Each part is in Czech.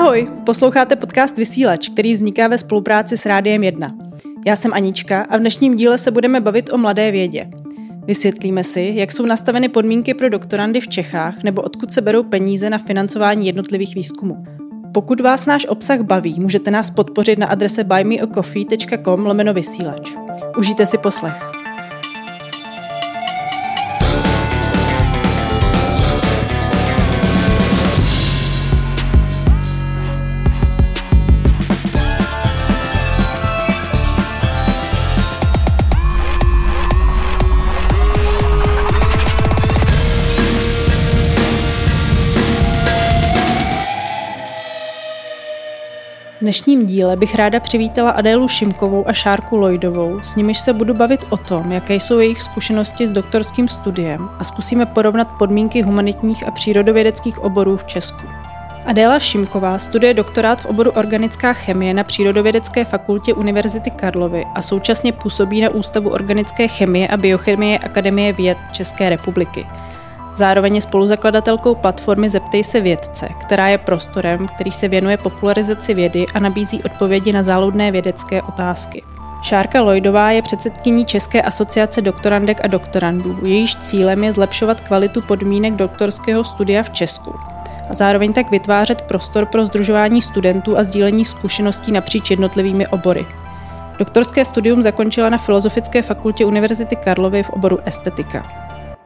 Ahoj, posloucháte podcast Vysílač, který vzniká ve spolupráci s Rádiem 1. Já jsem Anička a v dnešním díle se budeme bavit o mladé vědě. Vysvětlíme si, jak jsou nastaveny podmínky pro doktorandy v Čechách nebo odkud se berou peníze na financování jednotlivých výzkumů. Pokud vás náš obsah baví, můžete nás podpořit na adrese buymeacoffee.com/vysílač. Užijte si poslech. V dnešním díle bych ráda přivítala Adélu Šimkovou a Šárku Lojdovou, s nimiž se budu bavit o tom, jaké jsou jejich zkušenosti s doktorským studiem a zkusíme porovnat podmínky humanitních a přírodovědeckých oborů v Česku. Adéla Šimková studuje doktorát v oboru organická chemie na Přírodovědecké fakultě Univerzity Karlovy a současně působí na Ústavu organické chemie a biochemie Akademie věd České republiky. Zároveň je spoluzakladatelkou platformy Zeptej se vědce, která je prostorem, který se věnuje popularizaci vědy a nabízí odpovědi na záludné vědecké otázky. Šárka Lojdová je předsedkyní České asociace doktorandek a doktorandů, jejíž cílem je zlepšovat kvalitu podmínek doktorského studia v Česku a zároveň tak vytvářet prostor pro sdružování studentů a sdílení zkušeností napříč jednotlivými obory. Doktorské studium zakončila na Filozofické fakultě Univerzity Karlovy v oboru estetika.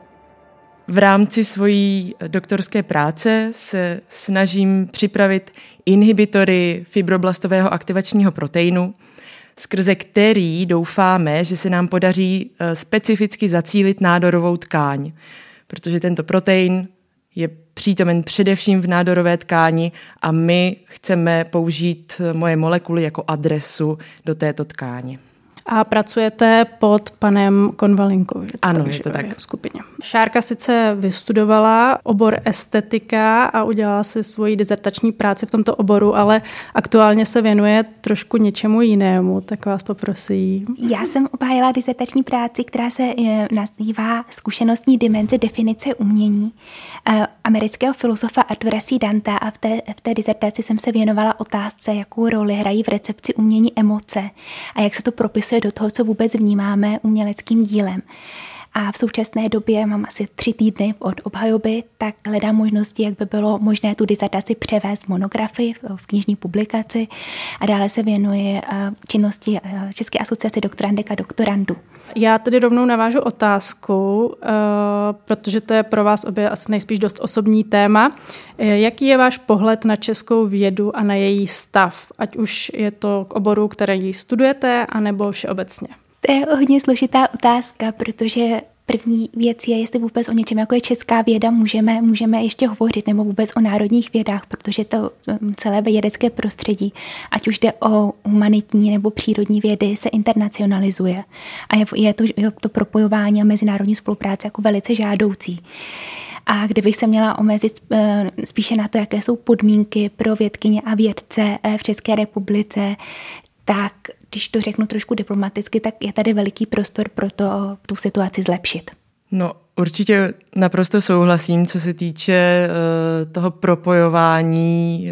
V rámci svojí doktorské práce se snažím připravit inhibitory fibroblastového aktivačního proteinu, skrze který doufáme, že se nám podaří specificky zacílit nádorovou tkáň, protože tento protein je přítomen především v nádorové tkáni a my chceme použít moje molekuly jako adresu do této tkáně. A pracujete pod panem Konvalinkou. Ano, je to tak. Skupině. Šárka sice vystudovala obor estetika a udělala si svoji dizertační práci v tomto oboru, ale aktuálně se věnuje trošku něčemu jinému, tak vás poprosím. Já jsem obhájila dizertační práci, která se nazývá Zkušenostní dimenze definice umění amerického filozofa Artura C. Danta a v té dizertaci jsem se věnovala otázce, jakou roli hrají v recepci umění emoce a jak se to propisuje do toho, co vůbec vnímáme uměleckým dílem. A v současné době mám asi 3 týdny od obhajoby, tak hledám možnosti, jak by bylo možné tu dizertaci převést v monografii, v knižní publikaci a dále se věnuji činnosti České asociace doktorandek a doktorandů. Já tedy rovnou navážu otázku, protože to je pro vás obě asi nejspíš dost osobní téma. Jaký je váš pohled na českou vědu a na její stav? Ať už je to k oboru, který studujete, anebo všeobecně? To je hodně složitá otázka, protože první věc je, jestli vůbec o něčem, jako je česká věda, můžeme ještě hovořit, nebo vůbec o národních vědách, protože to celé vědecké prostředí, ať už jde o humanitní nebo přírodní vědy, se internacionalizuje. A je to propojování a mezinárodní spolupráce jako velice žádoucí. A kdybych se měla omezit spíše na to, jaké jsou podmínky pro vědkyně a vědce v České republice, tak když to řeknu trošku diplomaticky, tak je tady veliký prostor pro to tu situaci zlepšit. No, určitě naprosto souhlasím, co se týče toho propojování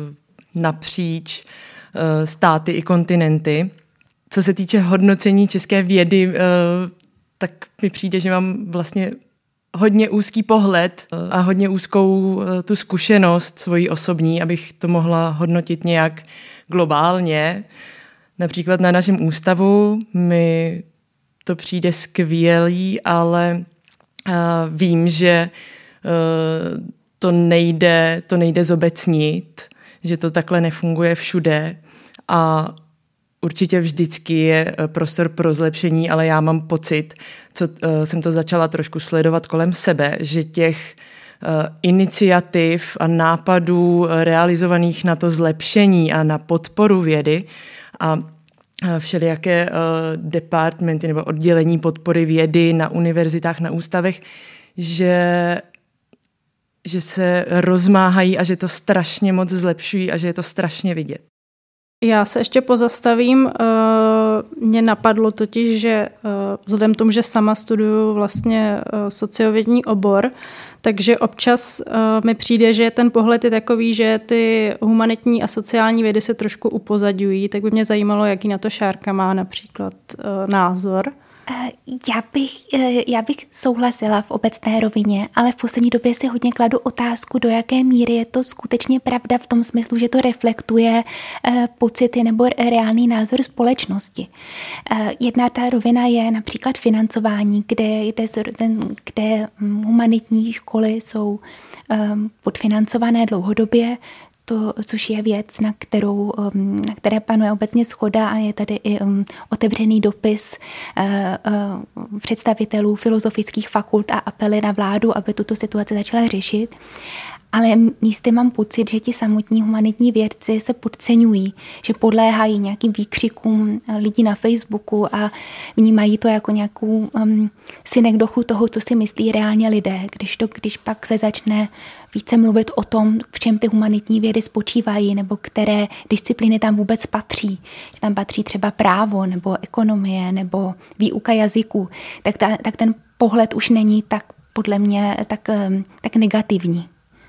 napříč státy i kontinenty. Co se týče hodnocení české vědy, tak mi přijde, že mám vlastně hodně úzký pohled a hodně úzkou tu zkušenost svoji osobní, abych to mohla hodnotit nějak globálně. Například na našem ústavu mi to přijde skvělý, ale vím, že to nejde zobecnit, že to takhle nefunguje všude a určitě vždycky je prostor pro zlepšení, ale já mám pocit, jsem to začala trošku sledovat kolem sebe, že těch iniciativ a nápadů realizovaných na to zlepšení a na podporu vědy a všelijaké departmenty nebo oddělení podpory vědy na univerzitách, na ústavech, že se rozmáhají a že to strašně moc zlepšují a že je to strašně vidět. Já se ještě pozastavím. Mně napadlo totiž, že vzhledem k tomu, že sama studuju vlastně sociovědní obor, takže občas mi přijde, že ten pohled je takový, že ty humanitní a sociální vědy se trošku upozadňují, tak by mě zajímalo, jaký na to Šárka má například názor. Já bych souhlasila v obecné rovině, ale v poslední době si hodně kladu otázku, do jaké míry je to skutečně pravda v tom smyslu, že to reflektuje pocity nebo reálný názor společnosti. Jedna ta rovina je například financování, kde humanitní školy jsou podfinancované dlouhodobě, což je věc, na které panuje obecně shoda a je tady i otevřený dopis představitelů filozofických fakult a apely na vládu, aby tuto situaci začala řešit. Ale místy mám pocit, že ti samotní humanitní vědci se podceňují, že podléhají nějakým výkřikům lidí na Facebooku a vnímají to jako nějakou synekdochu toho, co si myslí reálně lidé. Když pak se začne více mluvit o tom, v čem ty humanitní vědy spočívají, nebo které disciplíny tam vůbec patří, že tam patří třeba právo, nebo ekonomie, nebo výuka jazyků, tak ten pohled už není tak, podle mě, tak negativní.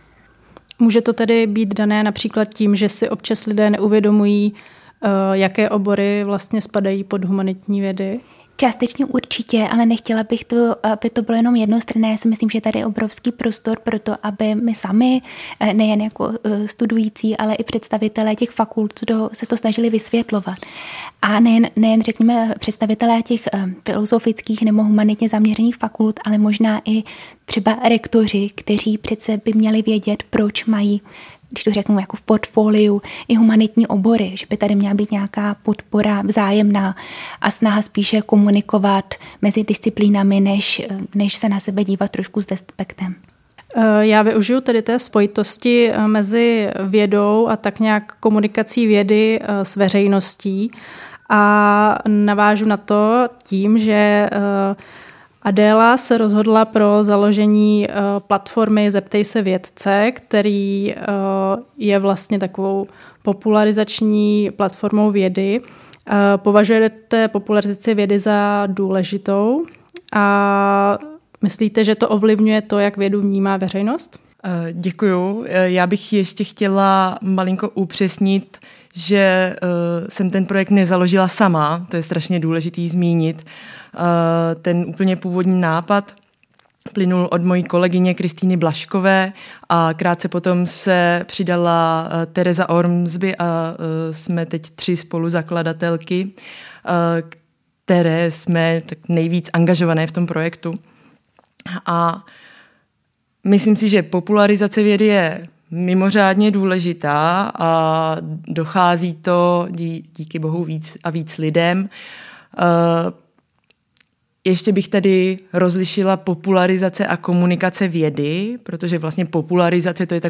Může to tedy být dané například tím, že si občas lidé neuvědomují, jaké obory vlastně spadají pod humanitní vědy? Částečně určitě, ale nechtěla bych to, aby to bylo jenom jednostranné. Já si myslím, že tady je obrovský prostor pro to, aby my sami, nejen jako studující, ale i představitelé těch fakult se to snažili vysvětlovat. A nejen řekněme představitelé těch filozofických nebo humanitně zaměřených fakult, ale možná i třeba rektoři, kteří přece by měli vědět, proč mají, když to řeknu jako v portfoliu, i humanitní obory, že by tady měla být nějaká podpora vzájemná a snaha spíše komunikovat mezi disciplínami, než se na sebe dívat trošku s despektem. Já využiju tedy té spojitosti mezi vědou a tak nějak komunikací vědy s veřejností a navážu na to tím, že Adéla se rozhodla pro založení platformy Zeptej se vědce, který je vlastně takovou popularizační platformou vědy. Považujete popularizaci vědy za důležitou a myslíte, že to ovlivňuje to, jak vědu vnímá veřejnost? Děkuju. Já bych ještě chtěla malinko upřesnit, že jsem ten projekt nezaložila sama, to je strašně důležitý zmínit. Ten úplně původní nápad plynul od mojí kolegyně Kristýny Blaškové a krátce potom se přidala Tereza Ormsby a jsme teď 3 spoluzakladatelky, které jsme tak nejvíc angažované v tom projektu. A myslím si, že popularizace vědy je mimořádně důležitá a dochází to díky bohu víc a víc lidem. Ještě bych tady rozlišila popularizace a komunikace vědy, protože vlastně popularizace to je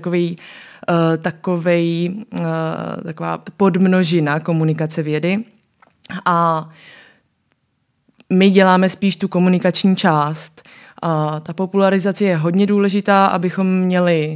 taková podmnožina komunikace vědy a my děláme spíš tu komunikační část. A ta popularizace je hodně důležitá, abychom měli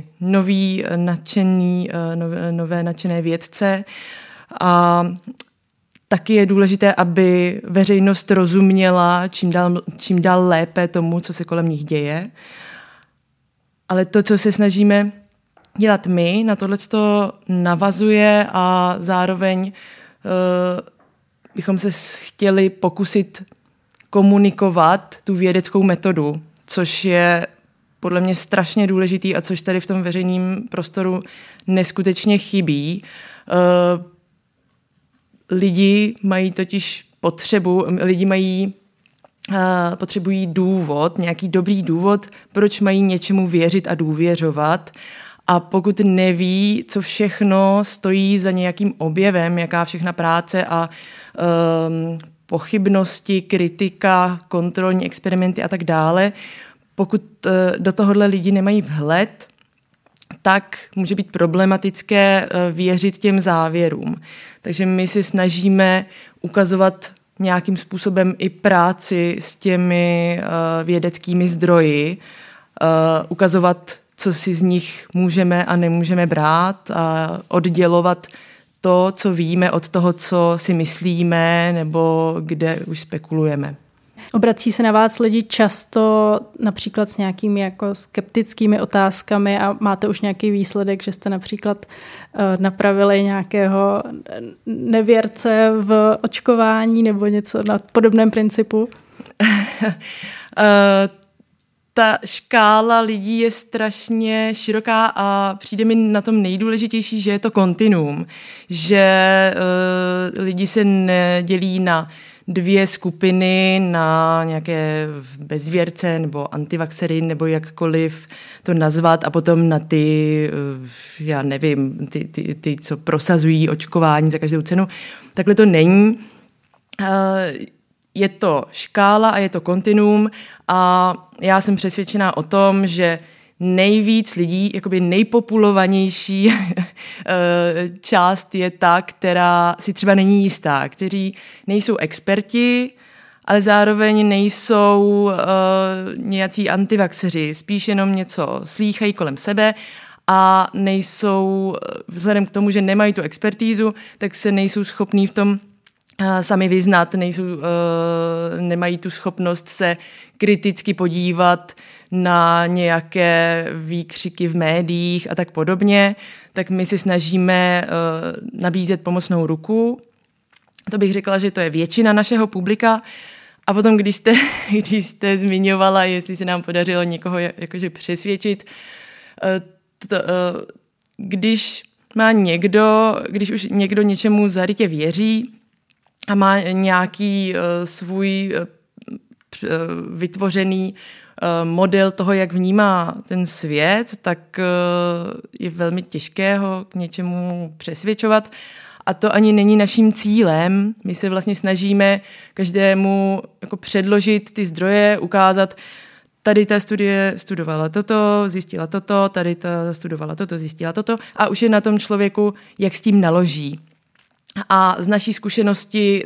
nové nadšené vědce a taky je důležité, aby veřejnost rozuměla čím dál lépe tomu, co se kolem nich děje. Ale to, co se snažíme dělat my, na tohleto navazuje a zároveň bychom se chtěli pokusit komunikovat tu vědeckou metodu, což je podle mě strašně důležitý a což tady v tom veřejném prostoru neskutečně chybí. Lidi mají totiž potřebují důvod, nějaký dobrý důvod, proč mají něčemu věřit a důvěřovat. A pokud neví, co všechno stojí za nějakým objevem, jaká všechna práce a pochybnosti, kritika, kontrolní experimenty a tak dále, pokud do tohohle lidi nemají vhled, tak může být problematické věřit těm závěrům. Takže my si snažíme ukazovat nějakým způsobem i práci s těmi vědeckými zdroji, ukazovat, co si z nich můžeme a nemůžeme brát a oddělovat to, co víme, od toho, co si myslíme nebo kde už spekulujeme. Obrací se na vás lidi často například s nějakými jako skeptickými otázkami a máte už nějaký výsledek, že jste například napravili nějakého nevěrce v očkování nebo něco na podobném principu? Ta škála lidí je strašně široká a přijde mi na tom nejdůležitější, že je to kontinuum, že lidi se nedělí na dvě skupiny, na nějaké bezvěrce nebo antivaxery, nebo jakkoliv to nazvat, a potom na ty, já nevím, ty co prosazují očkování za každou cenu. Takhle to není. Je to škála a je to kontinuum a já jsem přesvědčená o tom, že nejvíc lidí, jakoby nejpopulovanější část je ta, která si třeba není jistá, kteří nejsou experti, ale zároveň nejsou nějací antivaxeři, spíš jenom něco slýchají kolem sebe a nejsou, vzhledem k tomu, že nemají tu expertízu, tak se nejsou schopní v tom sami vyznat, nemají tu schopnost se kriticky podívat na nějaké výkřiky v médiích a tak podobně, tak my si snažíme nabízet pomocnou ruku. To bych řekla, že to je většina našeho publika. A potom, když jste zmiňovala, jestli se nám podařilo někoho jakože přesvědčit, když už někdo něčemu zarytě věří a má nějaký svůj vytvořený model toho, jak vnímá ten svět, tak je velmi těžké ho k něčemu přesvědčovat. A to ani není naším cílem. My se vlastně snažíme každému jako předložit ty zdroje, ukázat, tady ta studie studovala toto, zjistila toto, tady ta studovala toto, zjistila toto a už je na tom člověku, jak s tím naloží. A z naší zkušenosti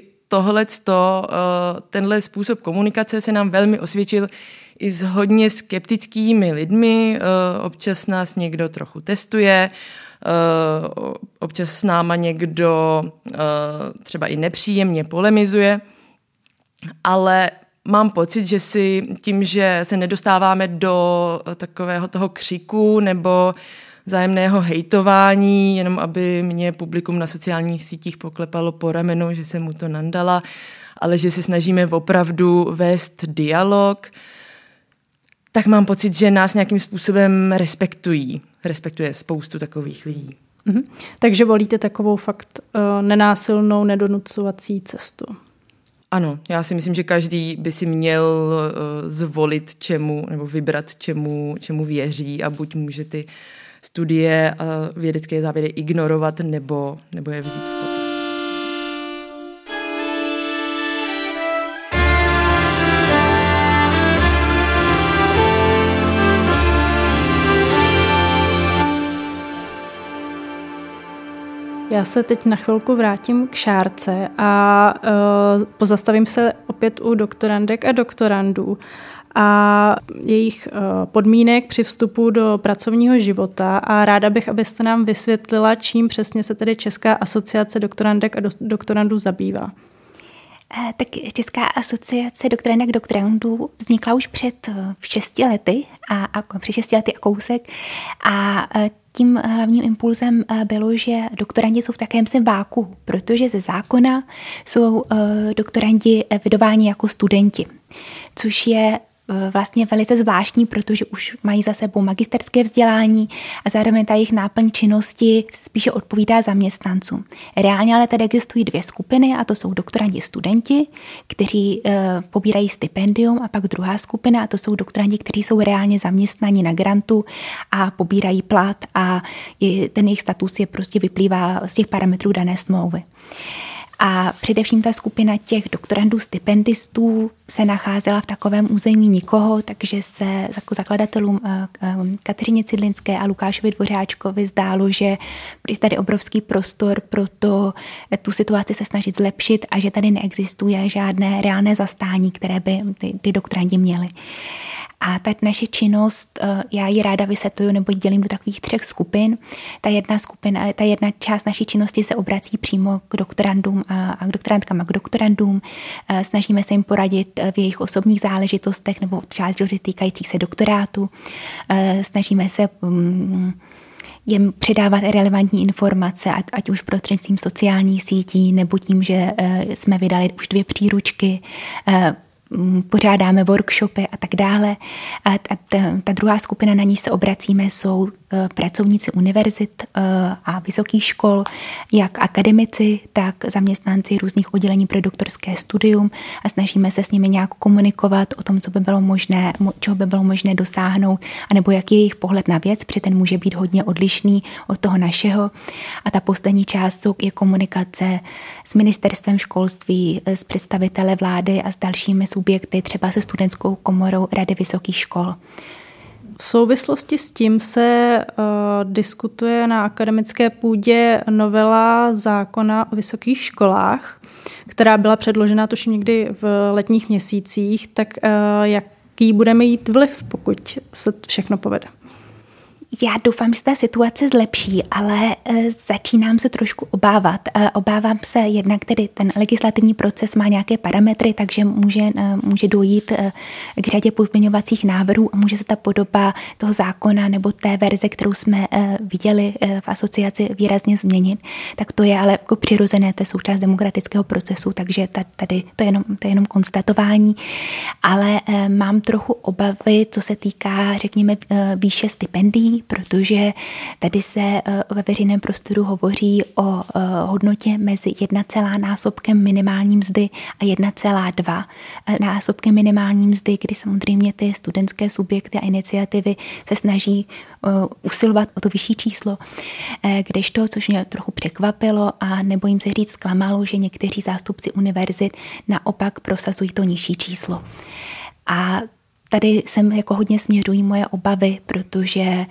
tenhle způsob komunikace se nám velmi osvědčil i s hodně skeptickými lidmi. Občas nás někdo trochu testuje, občas s náma někdo třeba i nepříjemně polemizuje, ale mám pocit, že tím, že se nedostáváme do takového toho křiku nebo vzájemného hejtování, jenom aby mě publikum na sociálních sítích poklepalo po ramenu, že jsem mu to nandala, ale že se snažíme opravdu vést dialog, tak mám pocit, že nás nějakým způsobem respektuje spoustu takových lidí. Mhm. Takže volíte takovou fakt nenásilnou, nedonucovací cestu. Ano, já si myslím, že každý by si měl zvolit nebo vybrat čemu věří a buď může ty studie a vědecké závěry ignorovat nebo je vzít v potaz. Já se teď na chvilku vrátím k Šárce a pozastavím se opět u doktorandek a doktorandů a jejich podmínek při vstupu do pracovního života a ráda bych, abyste nám vysvětlila, čím přesně se tedy Česká asociace doktorandek a doktorandů zabývá. Tak Česká asociace doktorandek a doktorandů vznikla už před 6 lety před 6 lety a kousek a tím hlavním impulzem bylo, že doktorandi jsou v takovém váku, protože ze zákona jsou doktorandi evidováni jako studenti, což je vlastně velice zvláštní, protože už mají za sebou magisterské vzdělání a zároveň ta jejich náplň činnosti spíše odpovídá zaměstnancům. Reálně ale tady existují 2 skupiny a to jsou doktorandi studenti, kteří pobírají stipendium a pak druhá skupina a to jsou doktorandi, kteří jsou reálně zaměstnaní na grantu a pobírají plat a ten jejich status je prostě vyplývá z těch parametrů dané smlouvy. A především ta skupina těch doktorandů stipendistů se nacházela v takovém území nikoho, takže se jako zakladatelům Kateřině Cidlinské a Lukášovi Dvořáčkovi zdálo, že je tady obrovský prostor pro to tu situaci se snažit zlepšit a že tady neexistuje žádné reálné zastání, které by ty doktorandi měli. A ta naše činnost, já ji ráda vysvětluju nebo dělím do takových 3 skupin. Ta jedna část naší činnosti se obrací přímo k doktorandům a k doktorantkám a k doktorandům. Snažíme se jim poradit v jejich osobních záležitostech nebo záležitosti týkajících se doktorátu. Snažíme se jim předávat relevantní informace, ať už prostřednictvím sociálních sítí, nebo tím, že jsme vydali už 2 příručky, pořádáme workshopy a tak dále. A ta druhá skupina, na níž se obracíme, jsou pracovníci univerzit a vysokých škol, jak akademici, tak zaměstnanci různých oddělení pro doktorské studium a snažíme se s nimi nějak komunikovat o tom, co by bylo možné, čeho by bylo možné dosáhnout, anebo jaký je jejich pohled na věc, protože ten může být hodně odlišný od toho našeho. A ta poslední část je komunikace s ministerstvem školství, s představiteli vlády a s dalšími subjekty, třeba se studentskou komorou Rady vysokých škol. V souvislosti s tím se diskutuje na akademické půdě novela zákona o vysokých školách, která byla předložena tuším někdy v letních měsících, tak jaký bude mít vliv, pokud se všechno povede? Já doufám, že ta situace zlepší, ale začínám se trošku obávat. Obávám se jednak, tedy ten legislativní proces má nějaké parametry, takže může dojít k řadě pozměňovacích návrhů a může se ta podoba toho zákona nebo té verze, kterou jsme viděli v asociaci, výrazně změnit. Tak to je ale jako přirozené, to je součást demokratického procesu, takže tady to je jenom konstatování. Ale mám trochu obavy, co se týká, řekněme, výše stipendií, protože tady se ve veřejném prostoru hovoří o hodnotě mezi 1,násobkem minimální mzdy a 1,2 násobkem minimální mzdy, kdy samozřejmě ty studentské subjekty a iniciativy se snaží usilovat o to vyšší číslo, kdežto, což mě trochu překvapilo a nebojím se říct zklamalo, že někteří zástupci univerzit naopak prosazují to nižší číslo. A tady sem jako hodně směřují moje obavy, protože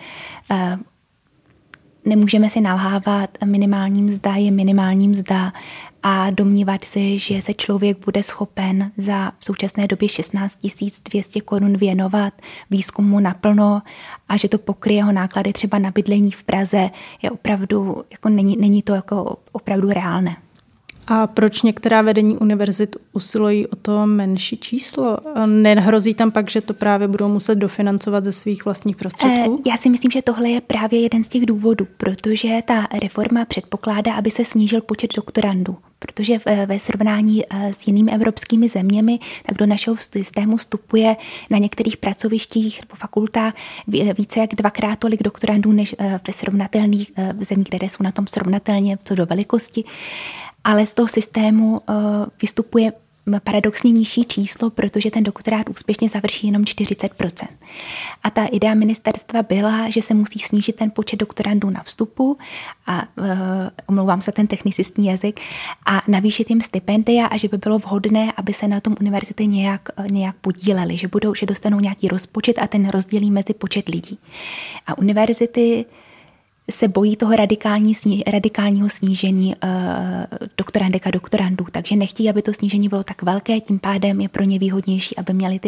nemůžeme si nalhávat, minimální mzda je minimální mzda a domnívat si, že se člověk bude schopen za v současné době 16 200 korun věnovat výzkumu naplno a že to pokryje jeho náklady třeba na bydlení v Praze, je opravdu, jako není to jako opravdu reálné. A proč některá vedení univerzit usilují o to menší číslo? Nehrozí tam pak, že to právě budou muset dofinancovat ze svých vlastních prostředků? Já si myslím, že tohle je právě jeden z těch důvodů, protože ta reforma předpokládá, aby se snížil počet doktorandů. Protože ve srovnání s jinými evropskými zeměmi, tak do našeho systému vstupuje na některých pracovištích nebo fakultách více jak 2x tolik doktorandů než ve srovnatelných zemích, které jsou na tom srovnatelně co do velikosti. Ale z toho systému vystupuje paradoxně nižší číslo, protože ten doktorát úspěšně završí jenom 40%. A ta idea ministerstva byla, že se musí snížit ten počet doktorandů na vstupu a omlouvám se ten technicistní jazyk a navýšit jim stipendia a že by bylo vhodné, aby se na tom univerzity nějak podílely, že dostanou nějaký rozpočet a ten rozdělí mezi počet lidí. A univerzity se bojí toho radikálního snížení doktorandek a doktorandů, takže nechtějí, aby to snížení bylo tak velké, tím pádem je pro ně výhodnější, aby měli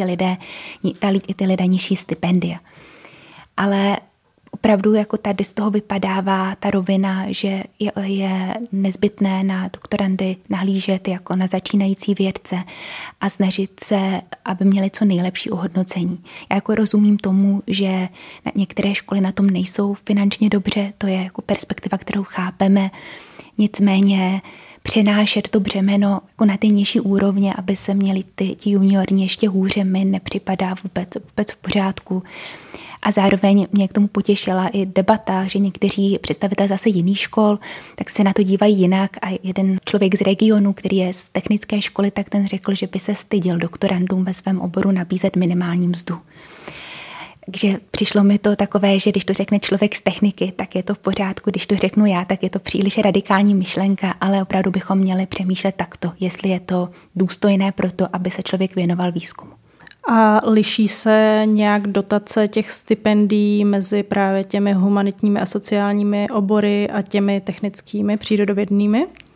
ty lidé nižší stipendia. Ale opravdu jako tady z toho vypadává ta rovina, že je nezbytné na doktorandy nahlížet jako na začínající vědce a snažit se, aby měli co nejlepší ohodnocení. Já jako rozumím tomu, že některé školy na tom nejsou finančně dobře, to je jako perspektiva, kterou chápeme, nicméně přenášet to břemeno jako na ty nižší úrovně, aby se měli ti juniorní ještě hůře, mi nepřipadá vůbec v pořádku. A zároveň mě k tomu potěšila i debata, že někteří představitelé zase jiných škol, tak se na to dívají jinak a jeden člověk z regionu, který je z technické školy, tak ten řekl, že by se styděl doktorandům ve svém oboru nabízet minimální mzdu. Takže přišlo mi to takové, že když to řekne člověk z techniky, tak je to v pořádku, když to řeknu já, tak je to příliš radikální myšlenka, ale opravdu bychom měli přemýšlet takto, jestli je to důstojné pro to, aby se člověk věnoval výzkumu. A liší se nějak dotace těch stipendií mezi právě těmi humanitními a sociálními obory a těmi technickými, přírodovědnými?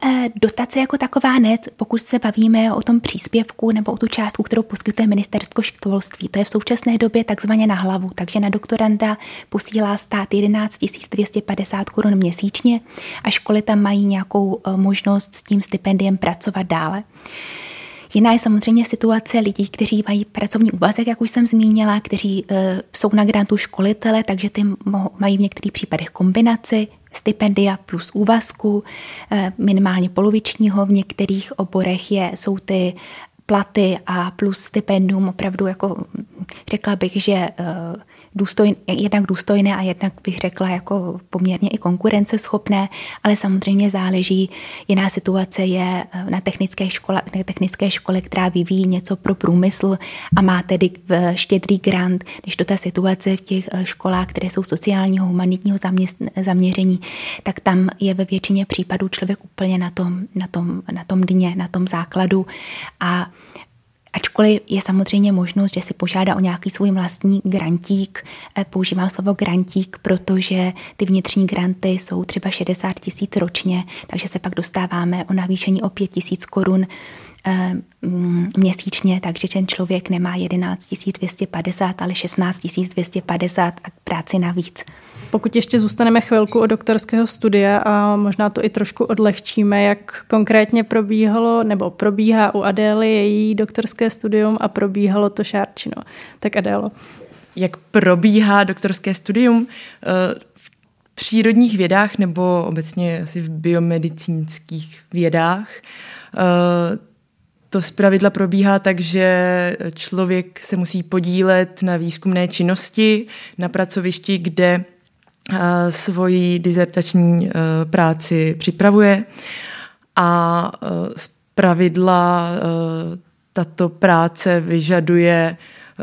Dotace jako taková ne, pokud se bavíme o tom příspěvku nebo o tu částku, kterou poskytuje ministerstvo školství. To je v současné době takzvaně na hlavu, takže na doktoranda posílá stát 11 250 korun měsíčně a školy tam mají nějakou možnost s tím stipendiem pracovat dále. Jiná je samozřejmě situace lidí, kteří mají pracovní úvazek, jak už jsem zmínila, kteří jsou na grantu školitele, takže ty mají v některých případech kombinaci stipendia plus úvazku, minimálně polovičního, v některých oborech jsou ty platy a plus stipendium opravdu jako řekla bych, že jednak důstojné a jednak bych řekla jako poměrně i konkurenceschopné, ale samozřejmě záleží. Jiná situace je na technické škole, která vyvíjí něco pro průmysl a má tedy štědrý grant, když to ta situace v těch školách, které jsou sociálního, humanitního zaměření, tak tam je ve většině případů člověk úplně na tom dně, na tom základu a ačkoliv je samozřejmě možnost, že si požádá o nějaký svůj vlastní grantík. Používám slovo grantík, protože ty vnitřní granty jsou třeba 60 000 ročně, takže se pak dostáváme o navýšení o 5 000 korun měsíčně, takže ten člověk nemá 11 250, ale 16 250 a práci navíc. Pokud ještě zůstaneme chvilku u doktorského studia a možná to i trošku odlehčíme, jak konkrétně probíhá u Adély její doktorské studium a probíhalo to Šárčino. Tak Adélo. Jak probíhá doktorské studium? V přírodních vědách nebo obecně asi v biomedicínských vědách to zpravidla probíhá tak, že člověk se musí podílet na výzkumné činnosti na pracovišti, kde svoji dizertační práci připravuje a zpravidla tato práce vyžaduje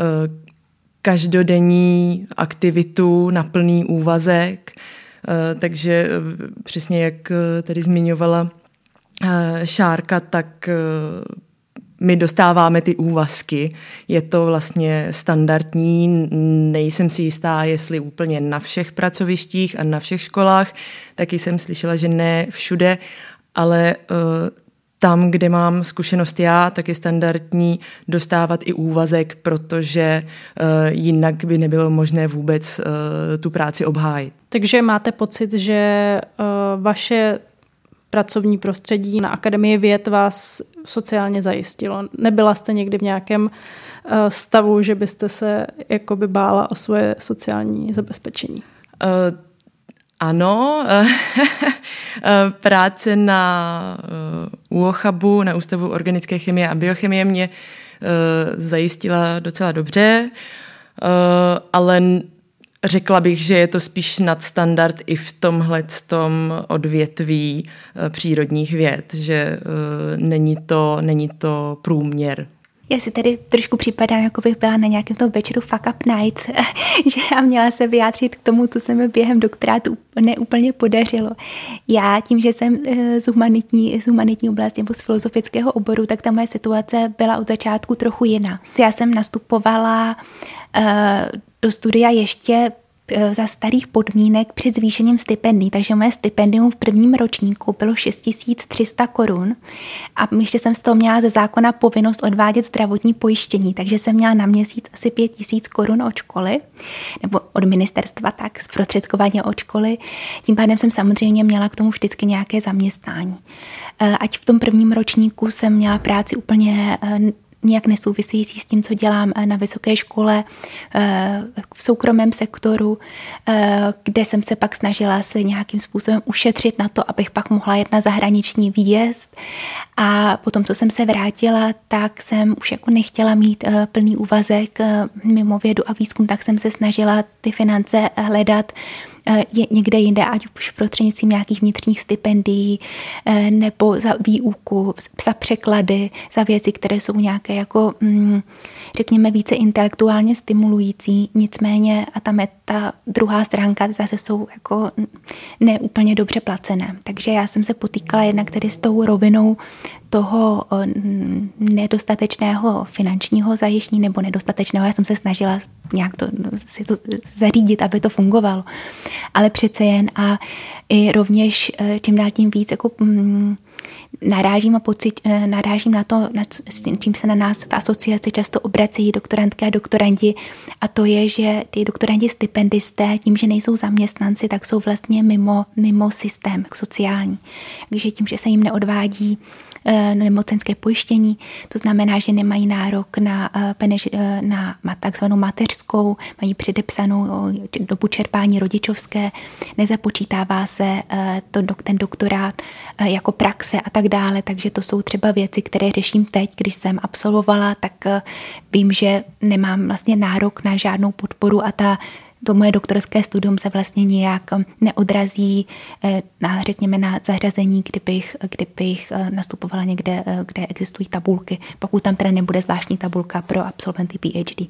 každodenní aktivitu na plný úvazek, takže přesně jak tady zmiňovala Šárka, tak my dostáváme ty úvazky. Je to vlastně standardní, nejsem si jistá, jestli úplně na všech pracovištích a na všech školách, taky jsem slyšela, že ne všude, ale tam, kde mám zkušenost já, tak je standardní dostávat i úvazek, protože jinak by nebylo možné vůbec tu práci obhájit. Takže máte pocit, že vaše pracovní prostředí na Akademii věd vás sociálně zajistilo? Nebyla jste někdy v nějakém stavu, že byste se jakoby bála o svoje sociální zabezpečení? Ano, práce na UOCHABu, na Ústavu organické chemie a biochemie mě zajistila docela dobře, ale řekla bych, že je to spíš nadstandard i v tomhletom odvětví přírodních věd, že není to průměr. Já si tady trošku připadám, jako bych byla na nějakém tom večeru Fuck Up Nights, že já měla se vyjádřit k tomu, co se mi během doktorátu neúplně podařilo. Já tím, že jsem z humanitní oblasti nebo z filozofického oboru, tak ta moje situace byla od začátku trochu jiná. Já jsem nastupovala do studia ještě za starých podmínek před zvýšením stipendií, takže moje stipendium v prvním ročníku bylo 6 300 korun a ještě jsem z toho měla ze zákona povinnost odvádět zdravotní pojištění, takže jsem měla na měsíc asi 5 000 korun od školy, nebo od ministerstva, tak zprostředkovaně od školy. Tím pádem jsem samozřejmě měla k tomu vždycky nějaké zaměstnání. Ať v tom prvním ročníku jsem měla práci úplně nějak nesouvisející s tím, co dělám na vysoké škole, v soukromém sektoru, kde jsem se pak snažila se nějakým způsobem ušetřit na to, abych pak mohla jet na zahraniční výjezd. A potom, co jsem se vrátila, tak jsem už jako nechtěla mít plný úvazek mimo vědu a výzkum, tak jsem se snažila ty finance hledat někde jinde, ať už prostřednictvím nějakých vnitřních stipendií nebo za výuku, za překlady, za věci, které jsou nějaké jako, řekněme, více intelektuálně stimulující. Nicméně a tam je ta druhá stránka, zase jsou jako neúplně dobře placené. Takže já jsem se potýkala jednak tedy s tou rovinou toho nedostatečného finančního zajištění nebo nedostatečného. Já jsem se snažila nějak si to zařídit, aby to fungovalo. Ale přece jen a i rovněž čím dál tím víc jako narážím na to, s čím se na nás v asociaci často obracejí doktorantky a doktorandi, a to je, že ty doktorandi stipendisté, tím, že nejsou zaměstnanci, tak jsou vlastně mimo systém sociální. Takže tím, že se jim neodvádí nemocenské pojištění, to znamená, že nemají nárok na takzvanou mateřskou, mají předepsanou dobu čerpání rodičovské, nezapočítává se ten doktorát jako praxe a tak dále, takže to jsou třeba věci, které řeším teď, když jsem absolvovala, tak vím, že nemám vlastně nárok na žádnou podporu a to moje doktorské studium se vlastně nějak neodrazí řekněme na zařazení, kdybych nastupovala někde, kde existují tabulky, pokud tam teda nebude zvláštní tabulka pro absolventy PhD.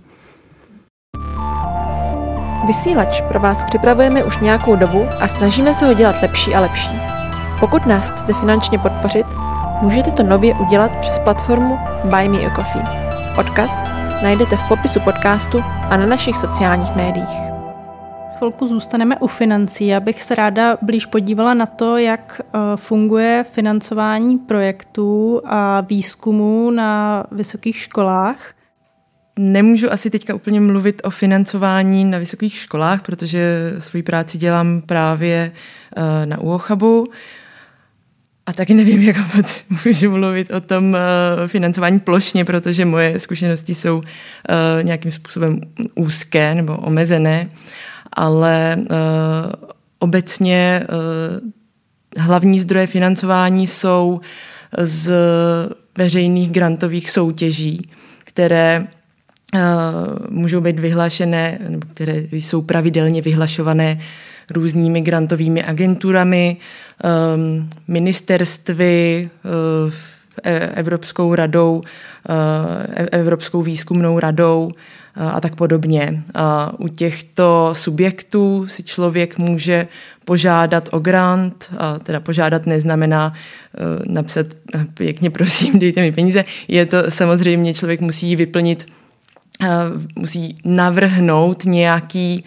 Vysílač pro vás připravujeme už nějakou dobu a snažíme se ho dělat lepší a lepší. Pokud nás chcete finančně podpořit, můžete to nově udělat přes platformu Buy Me a Coffee. Odkaz najdete v popisu podcastu a na našich sociálních médiích. Chvilku zůstaneme u financí. Já bych se ráda blíž podívala na to, jak funguje financování projektů a výzkumu na vysokých školách. Nemůžu asi teďka úplně mluvit o financování na vysokých školách, protože svoji práci dělám právě na UOCHABu. A taky nevím, jak moc můžu mluvit o tom financování plošně, protože moje zkušenosti jsou nějakým způsobem úzké nebo omezené. Ale obecně hlavní zdroje financování jsou z veřejných grantových soutěží, které můžou být vyhlášené, nebo které jsou pravidelně vyhlašované různými grantovými agenturami, ministerstvy, Evropskou radou, Evropskou výzkumnou radou a tak podobně. A u těchto subjektů si člověk může požádat o grant, a teda požádat neznamená napsat pěkně prosím, dejte mi peníze. Je to samozřejmě, člověk musí vyplnit, musí navrhnout nějaký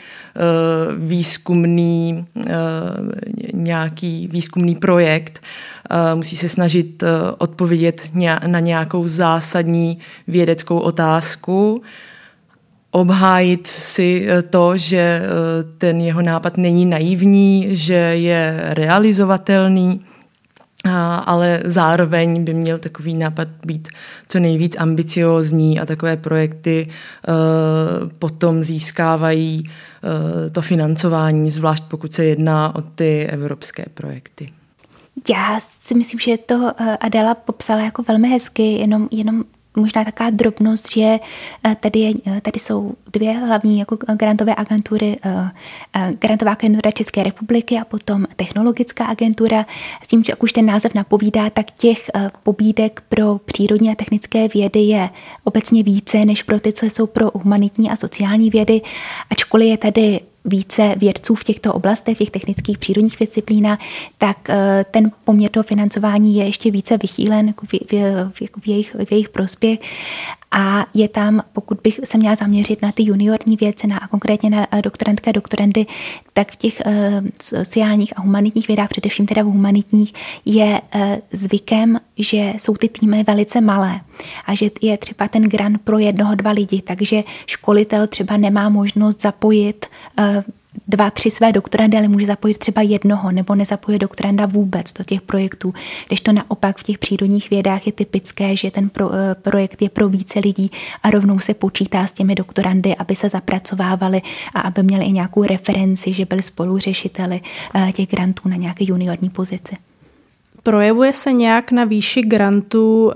výzkumný projekt, musí se snažit odpovědět na nějakou zásadní vědeckou otázku, obhájit si to, že ten jeho nápad není naivní, že je realizovatelný, ale zároveň by měl takový nápad být co nejvíc ambiciózní a takové projekty potom získávají to financování, zvlášť pokud se jedná o ty evropské projekty. Já si myslím, že to Adela popsala jako velmi hezky, jenom možná taková drobnost, že tady jsou dvě hlavní jako grantové agentury, grantová agentura České republiky a potom technologická agentura. S tím, že jak už ten název napovídá, tak těch pobídek pro přírodní a technické vědy je obecně více než pro ty, co jsou pro humanitní a sociální vědy, ačkoliv je tady více vědců v těchto oblastech, v těch technických přírodních disciplínách, tak ten poměr toho financování je ještě více vychýlen v jejich prospěch. A je tam, pokud bych se měla zaměřit na ty juniorní věci, a konkrétně na doktorantky a doktorandy, tak v těch sociálních a humanitních vědách, především teda v humanitních, je zvykem, že jsou ty týmy velice malé a že je třeba ten grant pro 1-2 lidi, takže školitel třeba nemá možnost zapojit 2-3 své doktorandy, ale může zapojit třeba 1 nebo nezapojit doktoranda vůbec do těch projektů. Když to naopak v těch přírodních vědách je typické, že ten projekt je pro více lidí a rovnou se počítá s těmi doktorandy, aby se zapracovávali a aby měli i nějakou referenci, že byli spoluřešiteli těch grantů na nějaké juniorní pozici. Projevuje se nějak na výši grantu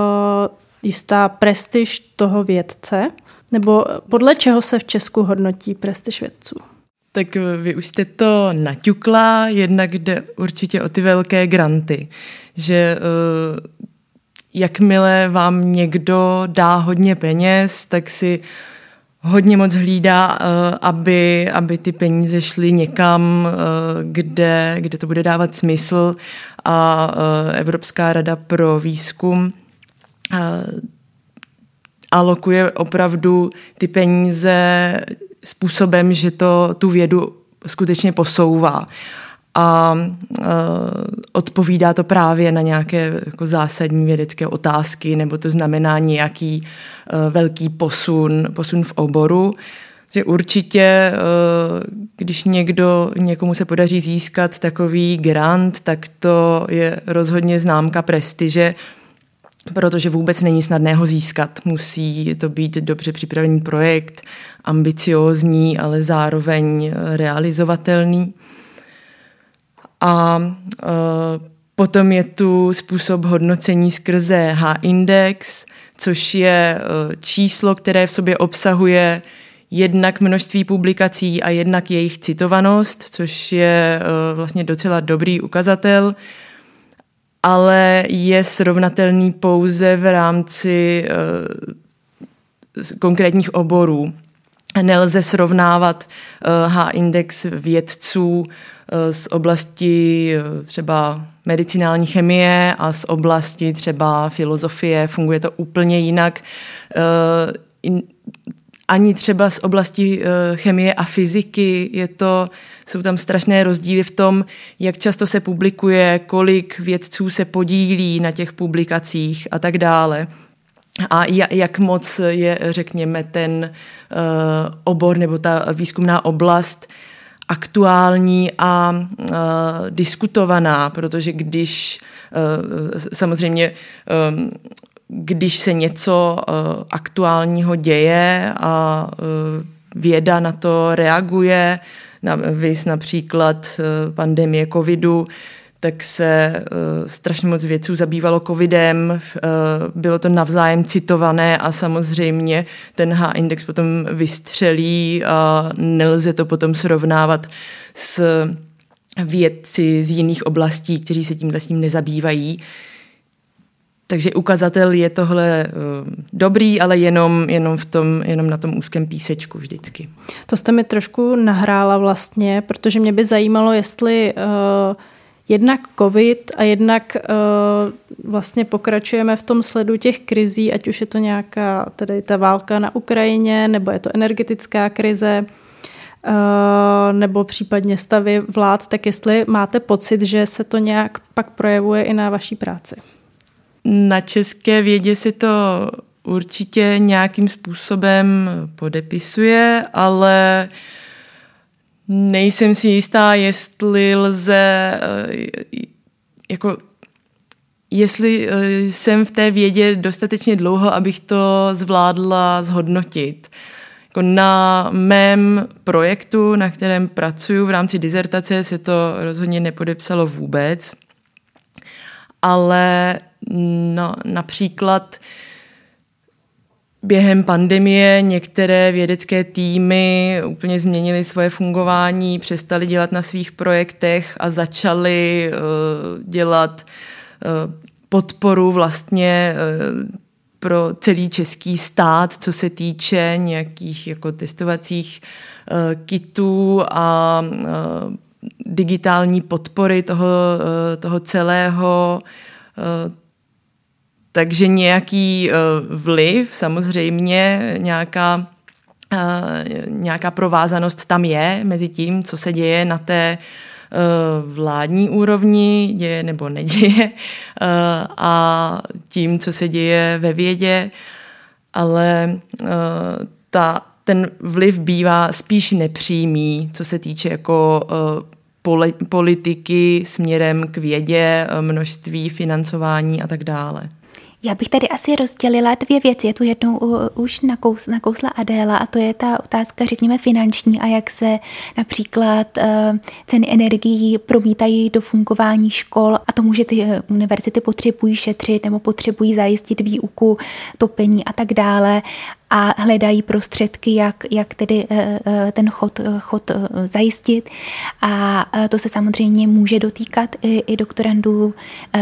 jistá prestiž toho vědce? Nebo podle čeho se v Česku hodnotí prestiž vědců? Tak vy už jste to naťukla, jednak jde určitě o ty velké granty, že jakmile vám někdo dá hodně peněz, tak si hodně moc hlídá, aby ty peníze šly někam, kde to bude dávat smysl, a Evropská rada pro výzkum alokuje opravdu ty peníze způsobem, že to tu vědu skutečně posouvá. a odpovídá to právě na nějaké jako zásadní vědecké otázky, nebo to znamená nějaký velký posun v oboru. Že určitě, když někomu se podaří získat takový grant, tak to je rozhodně známka prestiže, protože vůbec není snadné ho získat. Musí to být dobře připravený projekt, ambiciózní, ale zároveň realizovatelný. A potom je tu způsob hodnocení skrze H-index, což je číslo, které v sobě obsahuje jednak množství publikací a jednak jejich citovanost, což je vlastně docela dobrý ukazatel, ale je srovnatelný pouze v rámci konkrétních oborů. Nelze srovnávat H-index vědců z oblasti třeba medicinální chemie a z oblasti třeba filozofie. Funguje to úplně jinak. Ani třeba z oblasti chemie a fyziky jsou tam strašné rozdíly v tom, jak často se publikuje, kolik vědců se podílí na těch publikacích a tak dále. A jak moc je, řekněme, ten obor nebo ta výzkumná oblast aktuální a diskutovaná, protože když se něco aktuálního děje a věda na to reaguje, viz například pandemie covidu, tak se strašně moc vědců zabývalo covidem, bylo to navzájem citované a samozřejmě ten H-index potom vystřelí a nelze to potom srovnávat s vědci z jiných oblastí, kteří se tímhle s tím nezabývají. Takže ukazatel je tohle dobrý, ale jenom na tom úzkém písečku vždycky. To jste mi trošku nahrála vlastně, protože mě by zajímalo, jestli jednak covid a jednak vlastně pokračujeme v tom sledu těch krizí, ať už je to nějaká tedy ta válka na Ukrajině, nebo je to energetická krize, nebo případně stavy vlád, tak jestli máte pocit, že se to nějak pak projevuje i na vaší práci? Na české vědě se to určitě nějakým způsobem podepisuje, ale nejsem si jistá, jestli jestli jsem v té vědě dostatečně dlouho, abych to zvládla zhodnotit. Na mém projektu, na kterém pracuji v rámci dizertace, se to rozhodně nepodepsalo vůbec, ale například během pandemie některé vědecké týmy úplně změnily svoje fungování, přestali dělat na svých projektech a začali dělat podporu vlastně pro celý český stát, co se týče nějakých jako testovacích kitů a digitální podpory toho celého. Takže nějaký vliv, samozřejmě nějaká provázanost tam je mezi tím, co se děje na té vládní úrovni, děje nebo neděje, a tím, co se děje ve vědě, ale ten vliv bývá spíš nepřímý, co se týče jako politiky směrem k vědě, množství financování a tak dále. Já bych tady asi rozdělila dvě věci. Je tu jednou už nakousla Adéla a to je ta otázka, řekněme, finanční a jak se například ceny energií promítají do fungování škol a tomu, že ty univerzity potřebují šetřit nebo potřebují zajistit výuku, topení a tak dále a hledají prostředky, jak tedy ten chod zajistit. A to se samozřejmě může dotýkat i doktorandů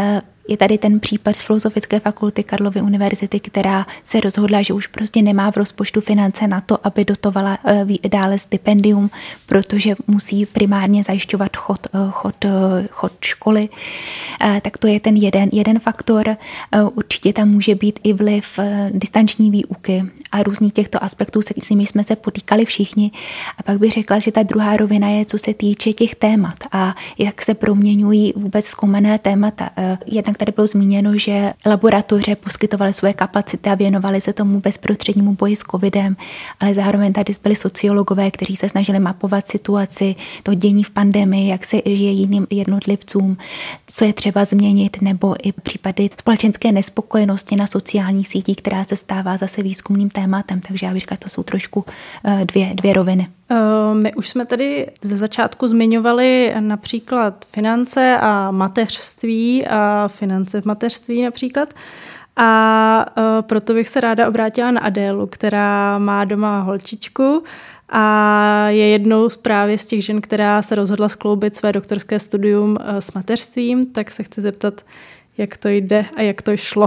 Je tady ten případ z Filozofické fakulty Karlovy univerzity, která se rozhodla, že už prostě nemá v rozpočtu finance na to, aby dotovala dále stipendium, protože musí primárně zajišťovat chod školy. Tak to je ten jeden faktor. Určitě tam může být i vliv distanční výuky a různých těchto aspektů, se kterými jsme se potýkali všichni. A pak bych řekla, že ta druhá rovina je, co se týče těch témat a jak se proměňují vůbec zkoumané témata. Jednak tady bylo zmíněno, že laboratoře poskytovaly svoje kapacity a věnovaly se tomu bezprostřednímu boji s covidem, ale zároveň tady byli sociologové, kteří se snažili mapovat situaci, to dění v pandemii, jak se žije jiným jednotlivcům, co je třeba změnit, nebo i případy společenské nespokojenosti na sociálních sítích, která se stává zase výzkumným tématem. Takže já bych říkala, to jsou trošku dvě roviny. My už jsme tady ze začátku zmiňovali například finance a mateřství a finance v mateřství například. A proto bych se ráda obrátila na Adélu, která má doma holčičku a je jednou právě z těch žen, která se rozhodla skloubit své doktorské studium s mateřstvím, tak se chci zeptat, jak to jde a jak to šlo.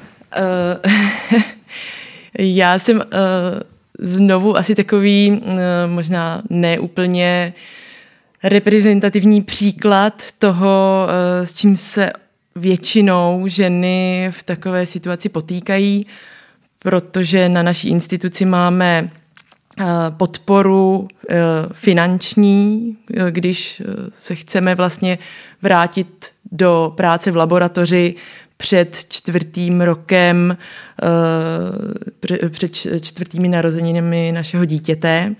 Já jsem znovu asi takový možná neúplně reprezentativní příklad toho, s čím se většinou ženy v takové situaci potýkají, protože na naší instituci máme podporu finanční, když se chceme vlastně vrátit do práce v laboratoři před 4. rokem, před 4. narozeninami našeho dítěte,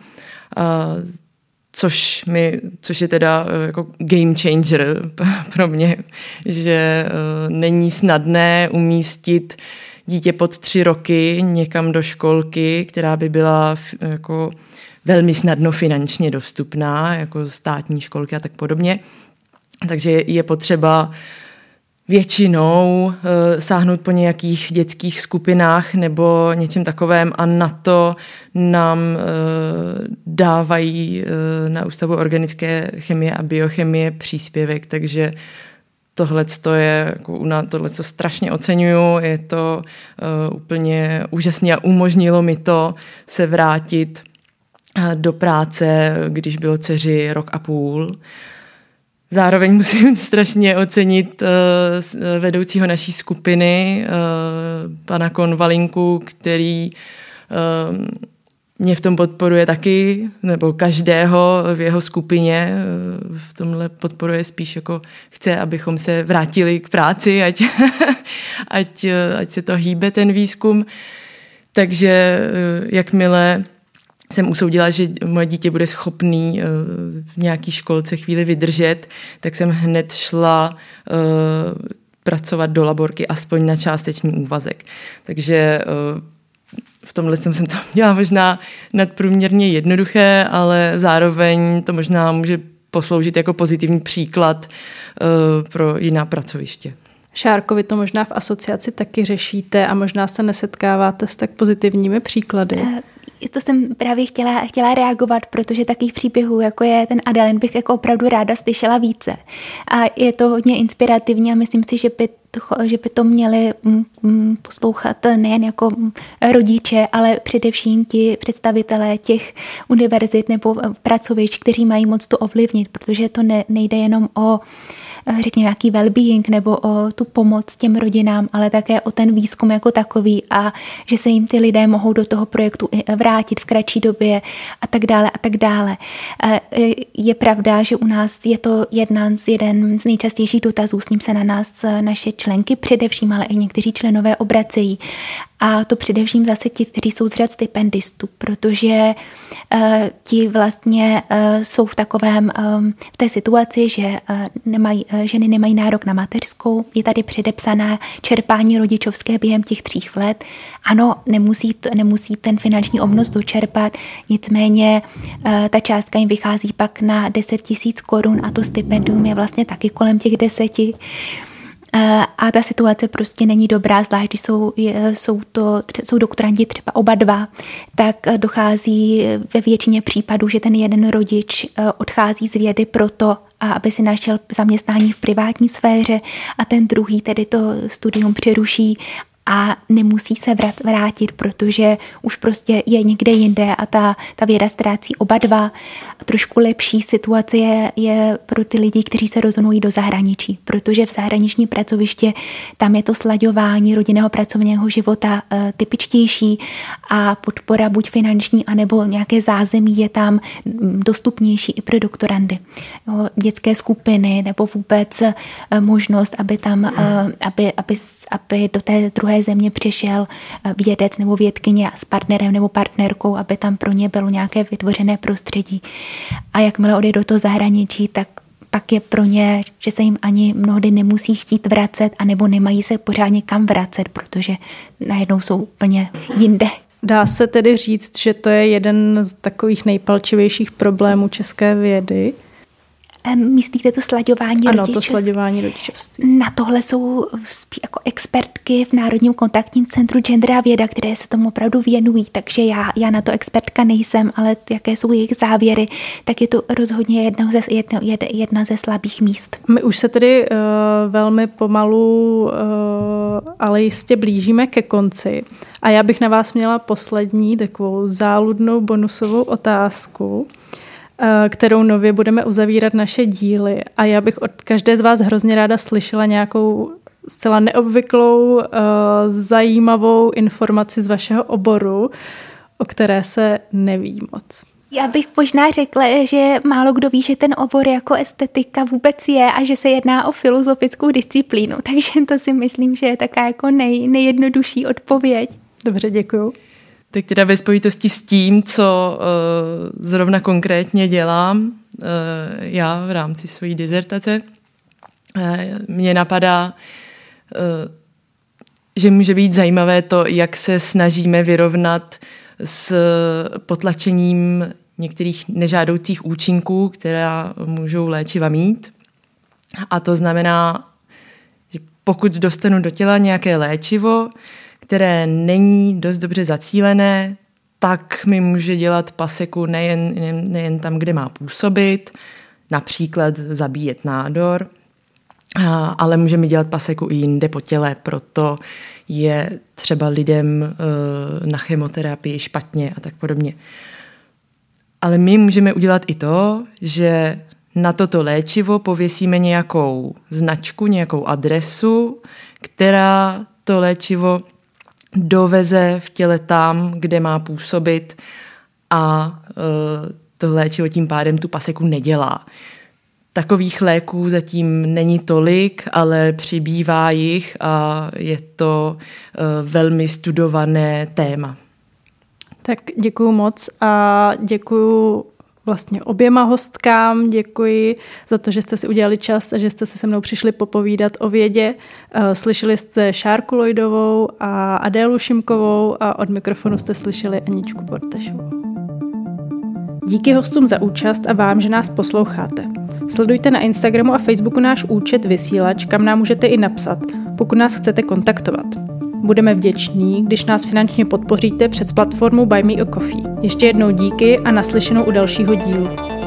což je teda jako game changer pro mě, že není snadné umístit dítě pod 3 roky někam do školky, která by byla jako velmi snadno finančně dostupná, jako státní školky a tak podobně. Takže je potřeba většinou sáhnout po nějakých dětských skupinách nebo něčem takovém a na to nám dávají na Ústavu organické chemie a biochemie příspěvek, takže tohleto je, tohleto strašně oceňuju, je to úplně úžasné a umožnilo mi to se vrátit do práce, když bylo dceři 1,5 roku. Zároveň musím strašně ocenit vedoucího naší skupiny, pana Konvalinku, který mě v tom podporuje taky, nebo každého v jeho skupině. V tomhle podporuje spíš jako chce, abychom se vrátili k práci, ať se to hýbe ten výzkum. Takže jakmile jsem usoudila, že moje dítě bude schopný v nějaké školce chvíli vydržet, tak jsem hned šla pracovat do laborky aspoň na částečný úvazek. Takže v tomhle jsem to měla možná nadprůměrně jednoduché, ale zároveň to možná může posloužit jako pozitivní příklad pro jiná pracoviště. Šárko, vy to možná v asociaci taky řešíte a možná se nesetkáváte s tak pozitivními příklady. To jsem právě chtěla reagovat, protože takových příběhů, jako je ten Adelin, bych jako opravdu ráda slyšela více. A je to hodně inspirativní a myslím si, že by to měli poslouchat nejen jako rodiče, ale především ti představitelé těch univerzit nebo pracovišť, kteří mají moc to ovlivnit, protože to nejde jenom o řekněme nějaký well-being nebo o tu pomoc těm rodinám, ale také o ten výzkum jako takový a že se jim ty lidé mohou do toho projektu vrátit v kratší době a tak dále a tak dále. Je pravda, že u nás je to jeden z nejčastějších dotazů, s ním se na nás naše členky především, ale i někteří členové obracejí. A to především zase ti, kteří jsou z řad stipendistů, protože ti vlastně jsou v té situaci, že ženy nemají nárok na mateřskou, je tady předepsaná čerpání rodičovské během těch 3 let. Ano, nemusí ten finanční obnos dočerpat, nicméně ta částka jim vychází pak na 10 000 korun a to stipendium je vlastně taky kolem těch 10. A ta situace prostě není dobrá, zvlášť když jsou doktorandi třeba oba dva, tak dochází ve většině případů, že ten jeden rodič odchází z vědy proto, aby si našel zaměstnání v privátní sféře a ten druhý tedy to studium přeruší a nemusí se vrátit, protože už prostě je někde jinde a ta věda ztrácí oba dva. Trošku lepší situace je pro ty lidi, kteří se rozhodují do zahraničí, protože v zahraniční pracoviště tam je to slaďování rodinného pracovního života typičtější a podpora buď finanční, anebo nějaké zázemí je tam dostupnější i pro doktorandy. Dětské skupiny nebo vůbec možnost, aby tam, aby do té druhé země přišel vědec nebo vědkyně s partnerem nebo partnerkou, aby tam pro ně bylo nějaké vytvořené prostředí. A jakmile odejde do toho zahraničí, tak pak je pro ně, že se jim ani mnohdy nemusí chtít vracet, anebo nemají se pořádně kam vracet, protože najednou jsou úplně jinde. Dá se tedy říct, že to je jeden z takových nejpalčivějších problémů české vědy? Myslíte to slaďování rodičovství? Ano, to slaďování rodičovství. Na tohle jsou jako expertky v Národním kontaktním centru Gender a věda, které se tomu opravdu věnují, takže já na to expertka nejsem, ale jaké jsou jejich závěry, tak je to rozhodně jedna ze slabých míst. My už se tedy velmi pomalu, ale jistě blížíme ke konci a já bych na vás měla poslední takovou záludnou bonusovou otázku, kterou nově budeme uzavírat naše díly. A já bych od každé z vás hrozně ráda slyšela nějakou zcela neobvyklou, zajímavou informaci z vašeho oboru, o které se neví moc. Já bych možná řekla, že málo kdo ví, že ten obor jako estetika vůbec je a že se jedná o filozofickou disciplínu. Takže to si myslím, že je taká jako nejjednodušší odpověď. Dobře, děkuju. Tak teda ve spojitosti s tím, co zrovna konkrétně dělám já v rámci své dizertace, mě napadá, že může být zajímavé to, jak se snažíme vyrovnat s potlačením některých nežádoucích účinků, která můžou léčiva mít. A to znamená, že pokud dostanu do těla nějaké léčivo, které není dost dobře zacílené, tak mi může dělat paseku nejen tam, kde má působit, například zabíjet nádor, ale může mi dělat paseku i jinde po těle, proto je třeba lidem na chemoterapii špatně a tak podobně. Ale my můžeme udělat i to, že na toto léčivo pověsíme nějakou značku, nějakou adresu, která to léčivo doveze v těle tam, kde má působit a to léčivo tím pádem tu paseku nedělá. Takových léků zatím není tolik, ale přibývá jich a je to velmi studované téma. Tak děkuju moc a děkuju vlastně oběma hostkám, děkuji za to, že jste si udělali čas a že jste se mnou přišli popovídat o vědě. Slyšeli jste Šárku Lojdovou a Adélu Šimkovou a od mikrofonu jste slyšeli Aničku Bortašovou. Díky hostům za účast a vám, že nás posloucháte. Sledujte na Instagramu a Facebooku náš účet Vysílač, kam nám můžete i napsat, pokud nás chcete kontaktovat. Budeme vděční, když nás finančně podpoříte přes platformu Buy Me a Coffee. Ještě jednou díky a naslyšenou u dalšího dílu.